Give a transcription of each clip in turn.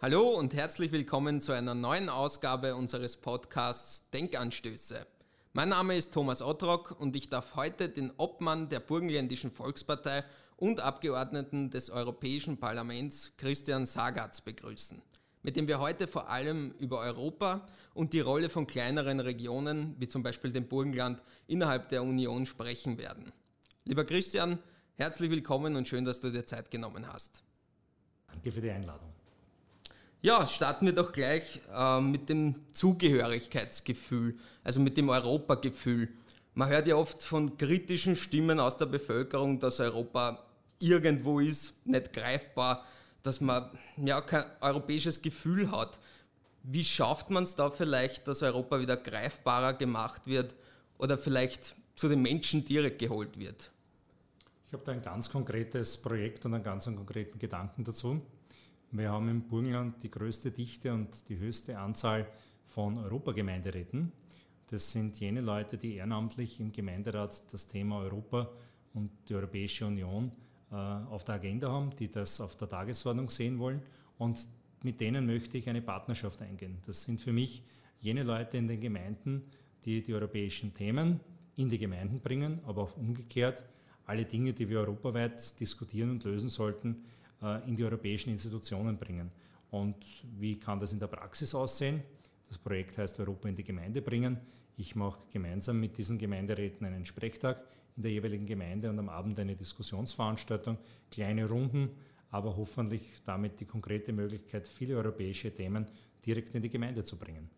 Hallo und herzlich willkommen zu einer neuen Ausgabe unseres Podcasts Denkanstöße. Mein Name ist Thomas Ottrock und ich darf heute den Obmann der Burgenländischen Volkspartei und Abgeordneten des Europäischen Parlaments Christian Sagatz begrüßen, mit dem wir heute vor allem über Europa und die Rolle von kleineren Regionen, wie zum Beispiel dem Burgenland, innerhalb der Union sprechen werden. Lieber Christian, herzlich willkommen und schön, dass du dir Zeit genommen hast. Danke für die Einladung. Ja, starten wir doch gleich mit dem Zugehörigkeitsgefühl, also mit dem Europagefühl. Man hört ja oft von kritischen Stimmen aus der Bevölkerung, dass Europa irgendwo ist, nicht greifbar, dass man ja kein europäisches Gefühl hat. Wie schafft man es da vielleicht, dass Europa wieder greifbarer gemacht wird oder vielleicht zu den Menschen direkt geholt wird? Ich habe da ein ganz konkretes Projekt und einen ganz konkreten Gedanken dazu. Wir haben im Burgenland die größte Dichte und die höchste Anzahl von Europagemeinderäten. Das sind jene Leute, die ehrenamtlich im Gemeinderat das Thema Europa und die Europäische Union auf der Agenda haben, die das auf der Tagesordnung sehen wollen, und mit denen möchte ich eine Partnerschaft eingehen. Das sind für mich jene Leute in den Gemeinden, die die europäischen Themen in die Gemeinden bringen, aber auch umgekehrt alle Dinge, die wir europaweit diskutieren und lösen sollten, in die europäischen Institutionen bringen. Und wie kann das in der Praxis aussehen? Das Projekt heißt Europa in die Gemeinde bringen. Ich mache gemeinsam mit diesen Gemeinderäten einen Sprechtag in der jeweiligen Gemeinde und am Abend eine Diskussionsveranstaltung, kleine Runden, aber hoffentlich damit die konkrete Möglichkeit, viele europäische Themen direkt in die Gemeinde zu bringen.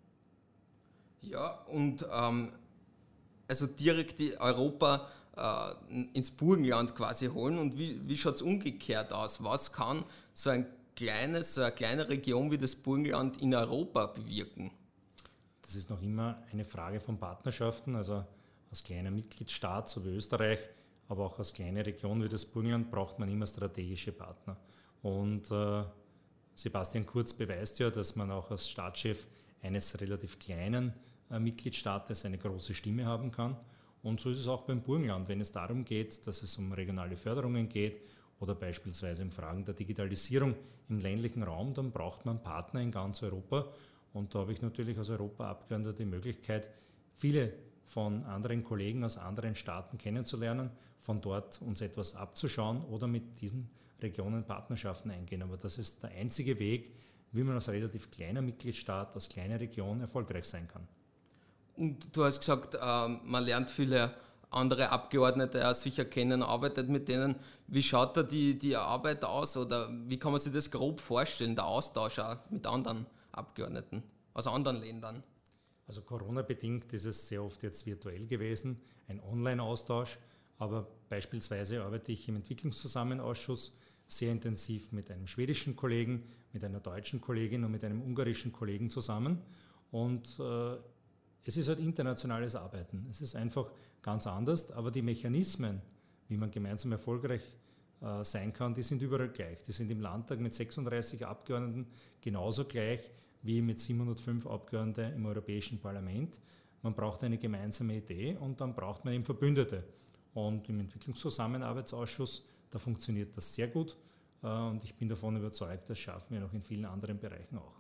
Ja, und also direkt die Europa ins Burgenland quasi holen. Und wie schaut es umgekehrt aus? Was kann so eine kleine Region wie das Burgenland in Europa bewirken? Das ist noch immer eine Frage von Partnerschaften. Also als kleiner Mitgliedstaat, so wie Österreich, aber auch als kleine Region wie das Burgenland braucht man immer strategische Partner. Und Sebastian Kurz beweist ja, dass man auch als Staatschef eines relativ kleinen Mitgliedstaates eine große Stimme haben kann. Und so ist es auch beim Burgenland, wenn es darum geht, dass es um regionale Förderungen geht oder beispielsweise um Fragen der Digitalisierung im ländlichen Raum, dann braucht man Partner in ganz Europa. Und da habe ich natürlich als Europaabgeordneter die Möglichkeit, viele von anderen Kollegen aus anderen Staaten kennenzulernen, von dort uns etwas abzuschauen oder mit diesen Regionen Partnerschaften eingehen. Aber das ist der einzige Weg, wie man als relativ kleiner Mitgliedstaat, als kleine Region erfolgreich sein kann. Und du hast gesagt, man lernt viele andere Abgeordnete auch sicher kennen, arbeitet mit denen. Wie schaut da die Arbeit aus oder wie kann man sich das grob vorstellen, der Austausch auch mit anderen Abgeordneten aus anderen Ländern? Also Corona-bedingt ist es sehr oft jetzt virtuell gewesen, ein Online-Austausch, aber beispielsweise arbeite ich im Entwicklungszusammenausschuss sehr intensiv mit einem schwedischen Kollegen, mit einer deutschen Kollegin und mit einem ungarischen Kollegen zusammen, und es ist halt internationales Arbeiten. Es ist einfach ganz anders, aber die Mechanismen, wie man gemeinsam erfolgreich sein kann, die sind überall gleich. Die sind im Landtag mit 36 Abgeordneten genauso gleich wie mit 705 Abgeordneten im Europäischen Parlament. Man braucht eine gemeinsame Idee und dann braucht man eben Verbündete. Und im Entwicklungszusammenarbeitsausschuss, da funktioniert das sehr gut und ich bin davon überzeugt, das schaffen wir noch in vielen anderen Bereichen auch.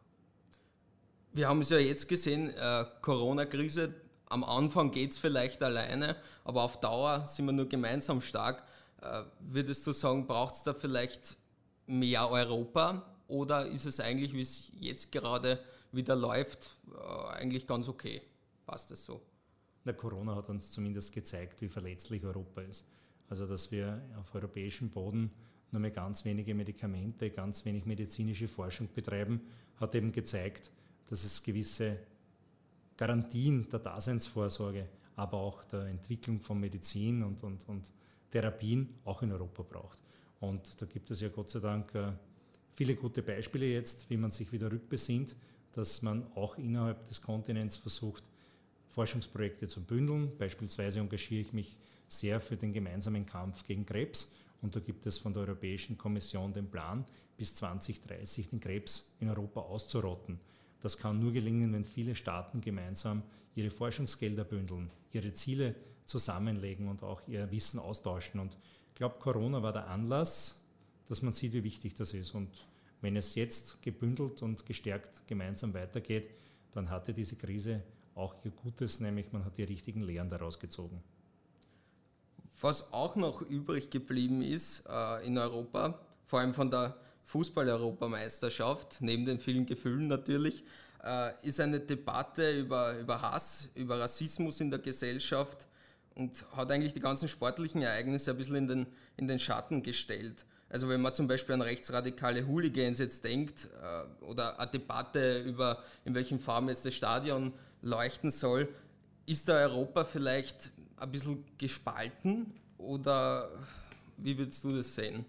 Wir haben es ja jetzt gesehen, Corona-Krise, am Anfang geht es vielleicht alleine, aber auf Dauer sind wir nur gemeinsam stark. Würdest du sagen, braucht es da vielleicht mehr Europa oder ist es eigentlich, wie es jetzt gerade wieder läuft, eigentlich ganz okay? Passt das so? Corona hat uns zumindest gezeigt, wie verletzlich Europa ist. Also dass wir auf europäischem Boden nur mehr ganz wenige Medikamente, ganz wenig medizinische Forschung betreiben, hat eben gezeigt, dass es gewisse Garantien der Daseinsvorsorge, aber auch der Entwicklung von Medizin und Therapien auch in Europa braucht. Und da gibt es ja Gott sei Dank viele gute Beispiele jetzt, wie man sich wieder rückbesinnt, dass man auch innerhalb des Kontinents versucht, Forschungsprojekte zu bündeln. Beispielsweise engagiere ich mich sehr für den gemeinsamen Kampf gegen Krebs. Und da gibt es von der Europäischen Kommission den Plan, bis 2030 den Krebs in Europa auszurotten. Das kann nur gelingen, wenn viele Staaten gemeinsam ihre Forschungsgelder bündeln, ihre Ziele zusammenlegen und auch ihr Wissen austauschen. Und ich glaube, Corona war der Anlass, dass man sieht, wie wichtig das ist. Und wenn es jetzt gebündelt und gestärkt gemeinsam weitergeht, dann hatte diese Krise auch ihr Gutes, nämlich man hat die richtigen Lehren daraus gezogen. Was auch noch übrig geblieben ist in Europa, vor allem von der Fußball-Europameisterschaft, neben den vielen Gefühlen natürlich, ist eine Debatte über Hass, über Rassismus in der Gesellschaft und hat eigentlich die ganzen sportlichen Ereignisse ein bisschen in den Schatten gestellt. Also wenn man zum Beispiel an rechtsradikale Hooligans jetzt denkt oder eine Debatte über in welchen Farben jetzt das Stadion leuchten soll, ist da Europa vielleicht ein bisschen gespalten oder wie würdest du das sehen?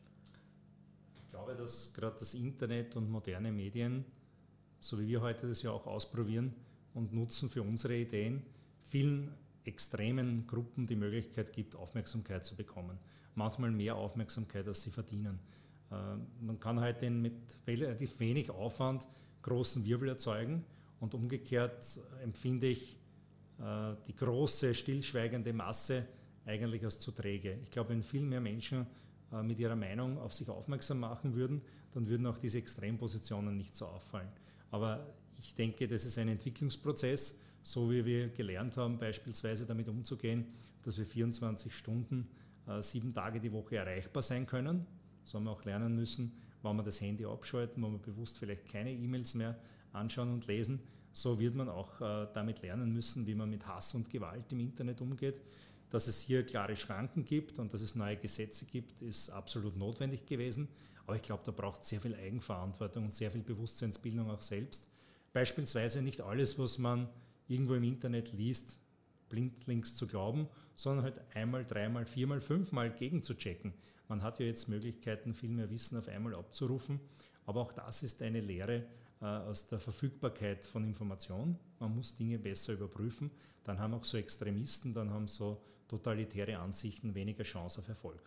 Ich glaube, dass gerade das Internet und moderne Medien, so wie wir heute das ja auch ausprobieren und nutzen für unsere Ideen, vielen extremen Gruppen die Möglichkeit gibt, Aufmerksamkeit zu bekommen. Manchmal mehr Aufmerksamkeit, als sie verdienen. Man kann heute mit relativ wenig Aufwand großen Wirbel erzeugen und umgekehrt empfinde ich die große, stillschweigende Masse eigentlich als zu träge. Ich glaube, wenn viel mehr Menschen mit ihrer Meinung auf sich aufmerksam machen würden, dann würden auch diese Extrempositionen nicht so auffallen. Aber ich denke, das ist ein Entwicklungsprozess, so wie wir gelernt haben, beispielsweise damit umzugehen, dass wir 24 Stunden, 7 Tage die Woche erreichbar sein können. So haben wir auch lernen müssen, wann wir das Handy abschalten, wann wir bewusst vielleicht keine E-Mails mehr anschauen und lesen. So wird man auch damit lernen müssen, wie man mit Hass und Gewalt im Internet umgeht. Dass es hier klare Schranken gibt und dass es neue Gesetze gibt, ist absolut notwendig gewesen. Aber ich glaube, da braucht es sehr viel Eigenverantwortung und sehr viel Bewusstseinsbildung auch selbst. Beispielsweise nicht alles, was man irgendwo im Internet liest, blindlings zu glauben, sondern halt einmal, dreimal, viermal, fünfmal gegenzuchecken. Man hat ja jetzt Möglichkeiten, viel mehr Wissen auf einmal abzurufen, aber auch das ist eine Lehre aus der Verfügbarkeit von Informationen. Man muss Dinge besser überprüfen, dann haben auch so Extremisten, dann haben so totalitäre Ansichten weniger Chance auf Erfolg.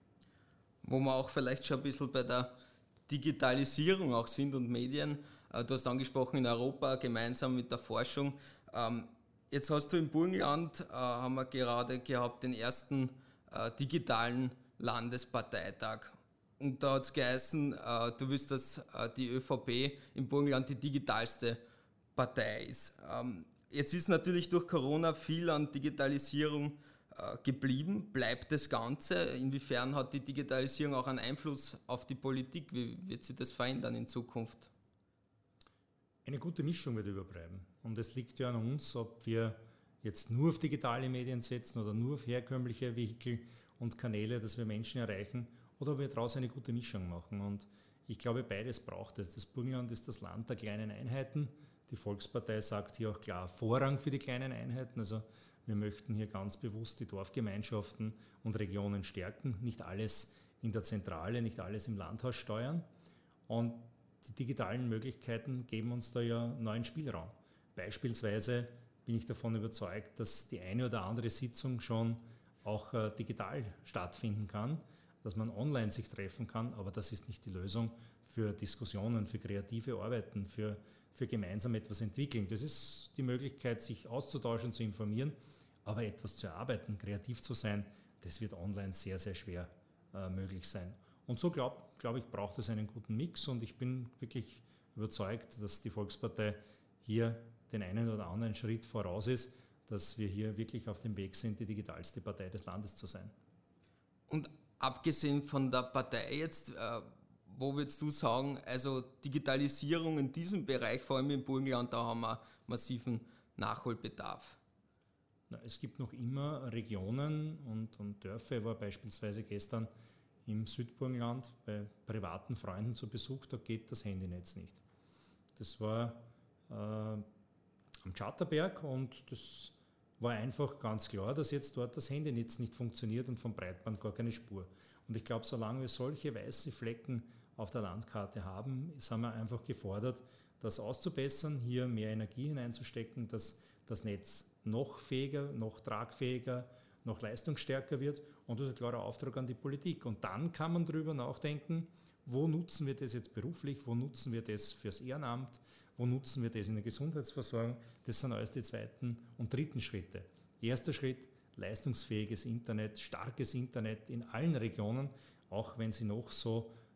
Wo wir auch vielleicht schon ein bisschen bei der Digitalisierung auch sind und Medien. Du hast angesprochen, in Europa gemeinsam mit der Forschung. Jetzt hast du im Burgenland, haben wir gerade gehabt, den ersten digitalen Landesparteitag. Und da hat es geheißen, du willst, dass die ÖVP im Burgenland die digitalste Partei ist. Jetzt ist natürlich durch Corona viel an Digitalisierung geblieben. Bleibt das Ganze? Inwiefern hat die Digitalisierung auch einen Einfluss auf die Politik? Wie wird sich das verändern in Zukunft? Eine gute Mischung wird überbleiben. Und es liegt ja an uns, ob wir jetzt nur auf digitale Medien setzen oder nur auf herkömmliche Vehikel und Kanäle, dass wir Menschen erreichen, oder ob wir daraus eine gute Mischung machen. Und ich glaube, beides braucht es. Das Burgenland ist das Land der kleinen Einheiten. Die Volkspartei sagt hier auch klar Vorrang für die kleinen Einheiten. Also wir möchten hier ganz bewusst die Dorfgemeinschaften und Regionen stärken, nicht alles in der Zentrale, nicht alles im Landhaus steuern. Und die digitalen Möglichkeiten geben uns da ja neuen Spielraum. Beispielsweise bin ich davon überzeugt, dass die eine oder andere Sitzung schon auch digital stattfinden kann, dass man online sich treffen kann, aber das ist nicht die Lösung für Diskussionen, für kreative Arbeiten, für gemeinsam etwas entwickeln. Das ist die Möglichkeit, sich auszutauschen, zu informieren, aber etwas zu erarbeiten, kreativ zu sein, das wird online sehr, sehr schwer möglich sein. Und so glaube ich, braucht es einen guten Mix und ich bin wirklich überzeugt, dass die Volkspartei hier den einen oder anderen Schritt voraus ist, dass wir hier wirklich auf dem Weg sind, die digitalste Partei des Landes zu sein. Und abgesehen von der Partei jetzt, wo würdest du sagen, also Digitalisierung in diesem Bereich, vor allem im Burgenland, da haben wir massiven Nachholbedarf? Es gibt noch immer Regionen und Dörfer. Ich war beispielsweise gestern im Südburgenland bei privaten Freunden zu Besuch, da geht das Handynetz nicht. Das war am Schatterberg und das war einfach ganz klar, dass jetzt dort das Handynetz nicht funktioniert und vom Breitband gar keine Spur. Und ich glaube, solange wir solche weiße Flecken auf der Landkarte haben, sind wir einfach gefordert, das auszubessern, hier mehr Energie hineinzustecken, dass das Netz noch fähiger, noch tragfähiger, noch leistungsstärker wird und das ist ein klarer Auftrag an die Politik. Und dann kann man darüber nachdenken, wo nutzen wir das jetzt beruflich, wo nutzen wir das fürs Ehrenamt, wo nutzen wir das in der Gesundheitsversorgung. Das sind alles die zweiten und dritten Schritte. Erster Schritt, leistungsfähiges Internet, starkes Internet in allen Regionen, auch wenn sie noch so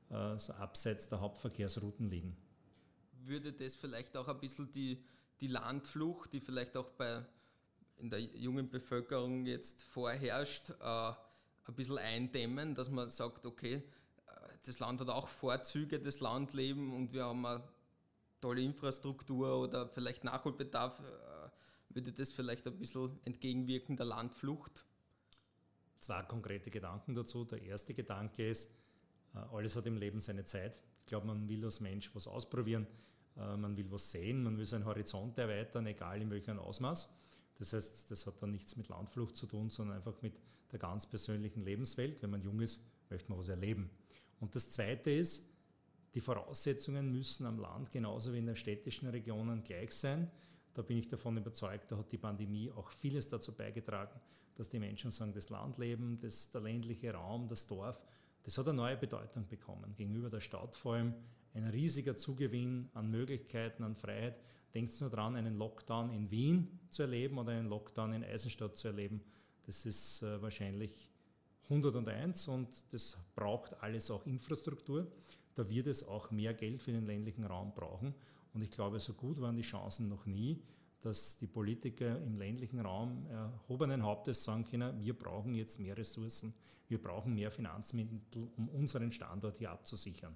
so abseits der Hauptverkehrsrouten liegen. Würde das vielleicht auch ein bisschen die Landflucht, die vielleicht auch in der jungen Bevölkerung jetzt vorherrscht, ein bisschen eindämmen, dass man sagt, okay, das Land hat auch Vorzüge, das Landleben, und wir haben eine tolle Infrastruktur oder vielleicht Nachholbedarf, würde das vielleicht ein bisschen entgegenwirken der Landflucht? Zwei konkrete Gedanken dazu. Der erste Gedanke ist, alles hat im Leben seine Zeit. Ich glaube, man will als Mensch was ausprobieren, man will was sehen, man will seinen Horizont erweitern, egal in welchem Ausmaß. Das heißt, das hat dann nichts mit Landflucht zu tun, sondern einfach mit der ganz persönlichen Lebenswelt. Wenn man jung ist, möchte man was erleben. Und das Zweite ist, die Voraussetzungen müssen am Land genauso wie in den städtischen Regionen gleich sein. Da bin ich davon überzeugt, da hat die Pandemie auch vieles dazu beigetragen, dass die Menschen sagen, das Landleben, der ländliche Raum, das Dorf, das hat eine neue Bedeutung bekommen. Gegenüber der Stadt vor allem ein riesiger Zugewinn an Möglichkeiten, an Freiheit. Denkt nur daran, einen Lockdown in Wien zu erleben oder einen Lockdown in Eisenstadt zu erleben. Das ist wahrscheinlich 101 und das braucht alles auch Infrastruktur. Da wird es auch mehr Geld für den ländlichen Raum brauchen. Und ich glaube, so gut waren die Chancen noch nie, dass die Politiker im ländlichen Raum erhobenen Hauptes sagen können, wir brauchen jetzt mehr Ressourcen, wir brauchen mehr Finanzmittel, um unseren Standort hier abzusichern.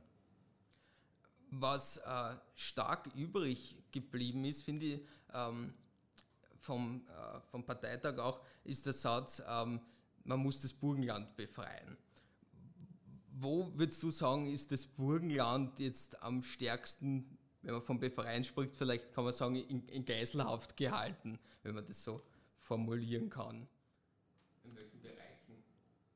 Was stark übrig geblieben ist, finde ich, vom Parteitag auch, ist der Satz, man muss das Burgenland befreien. Wo würdest du sagen, ist das Burgenland jetzt am stärksten, wenn man von Befreien spricht, vielleicht kann man sagen, in Geiselhaft gehalten, wenn man das so formulieren kann? In welchen Bereichen?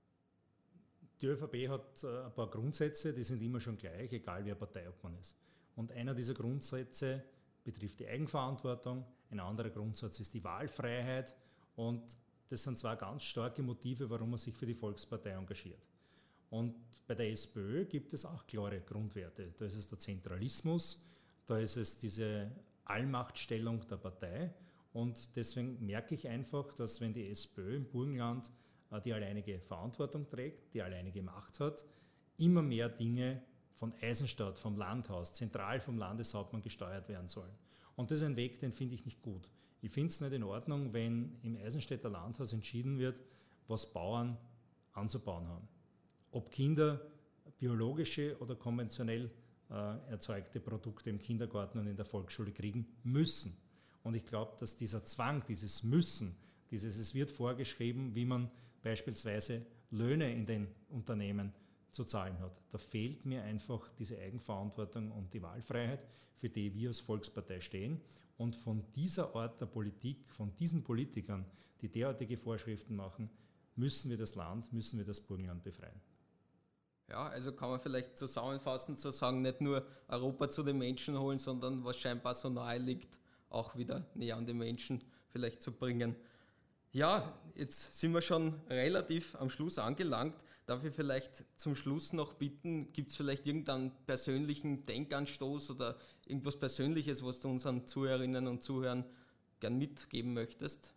Die ÖVP hat ein paar Grundsätze, die sind immer schon gleich, egal wer Parteiobmann ist. Und einer dieser Grundsätze betrifft die Eigenverantwortung, ein anderer Grundsatz ist die Wahlfreiheit, und das sind zwei ganz starke Motive, warum man sich für die Volkspartei engagiert. Und bei der SPÖ gibt es auch klare Grundwerte. Da ist es der Zentralismus, da ist es diese Allmachtstellung der Partei, und deswegen merke ich einfach, dass wenn die SPÖ im Burgenland die alleinige Verantwortung trägt, die alleinige Macht hat, immer mehr Dinge von Eisenstadt, vom Landhaus, zentral vom Landeshauptmann gesteuert werden sollen. Und das ist ein Weg, den finde ich nicht gut. Ich finde es nicht in Ordnung, wenn im Eisenstädter Landhaus entschieden wird, was Bauern anzubauen haben. Ob Kinder biologische oder konventionell erzeugte Produkte im Kindergarten und in der Volksschule kriegen müssen. Und ich glaube, dass dieser Zwang, dieses Müssen, es wird vorgeschrieben, wie man beispielsweise Löhne in den Unternehmen zu zahlen hat. Da fehlt mir einfach diese Eigenverantwortung und die Wahlfreiheit, für die wir als Volkspartei stehen. Und von dieser Art der Politik, von diesen Politikern, die derartige Vorschriften machen, müssen wir das Land, müssen wir das Burgenland befreien. Ja, also kann man vielleicht zusammenfassend so sagen, nicht nur Europa zu den Menschen holen, sondern was scheinbar so nahe liegt, auch wieder näher an den Menschen vielleicht zu bringen. Ja, jetzt sind wir schon relativ am Schluss angelangt. Darf ich vielleicht zum Schluss noch bitten, gibt es vielleicht irgendeinen persönlichen Denkanstoß oder irgendwas Persönliches, was du unseren Zuhörerinnen und Zuhörern gern mitgeben möchtest?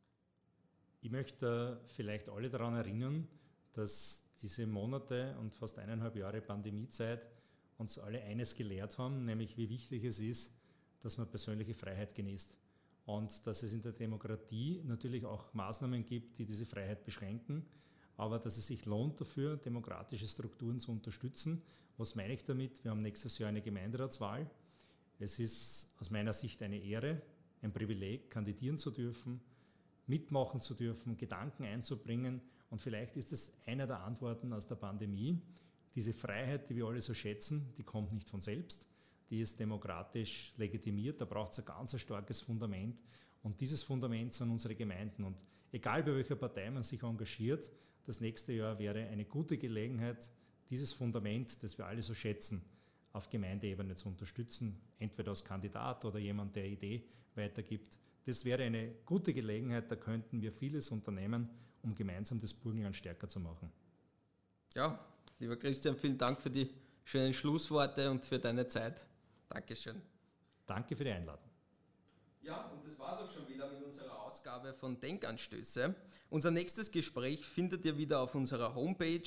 Ich möchte vielleicht alle daran erinnern, dass diese Monate und fast 1,5 Jahre Pandemiezeit uns alle eines gelehrt haben, nämlich wie wichtig es ist, dass man persönliche Freiheit genießt. Und dass es in der Demokratie natürlich auch Maßnahmen gibt, die diese Freiheit beschränken, aber dass es sich lohnt dafür, demokratische Strukturen zu unterstützen. Was meine ich damit? Wir haben nächstes Jahr eine Gemeinderatswahl. Es ist aus meiner Sicht eine Ehre, ein Privileg, kandidieren zu dürfen, mitmachen zu dürfen, Gedanken einzubringen. Und vielleicht ist es einer der Antworten aus der Pandemie. Diese Freiheit, die wir alle so schätzen, die kommt nicht von selbst. Die ist demokratisch legitimiert, da braucht es ein ganz starkes Fundament. Und dieses Fundament sind unsere Gemeinden. Und egal bei welcher Partei man sich engagiert, das nächste Jahr wäre eine gute Gelegenheit, dieses Fundament, das wir alle so schätzen, auf Gemeindeebene zu unterstützen, entweder als Kandidat oder jemand, der Idee weitergibt. Das wäre eine gute Gelegenheit, da könnten wir vieles unternehmen, um gemeinsam das Burgenland stärker zu machen. Ja, lieber Christian, vielen Dank für die schönen Schlussworte und für deine Zeit. Dankeschön. Danke für die Einladung. Ja, und das war es auch schon wieder mit unserer Ausgabe von Denkanstöße. Unser nächstes Gespräch findet ihr wieder auf unserer Homepage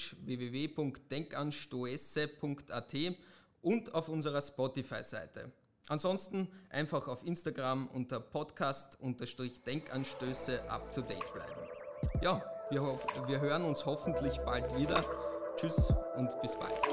www.denkanstoesse.at und auf unserer Spotify-Seite. Ansonsten einfach auf Instagram unter Podcast_Denkanstöße up to date bleiben. Ja, wir hören uns hoffentlich bald wieder. Tschüss und bis bald.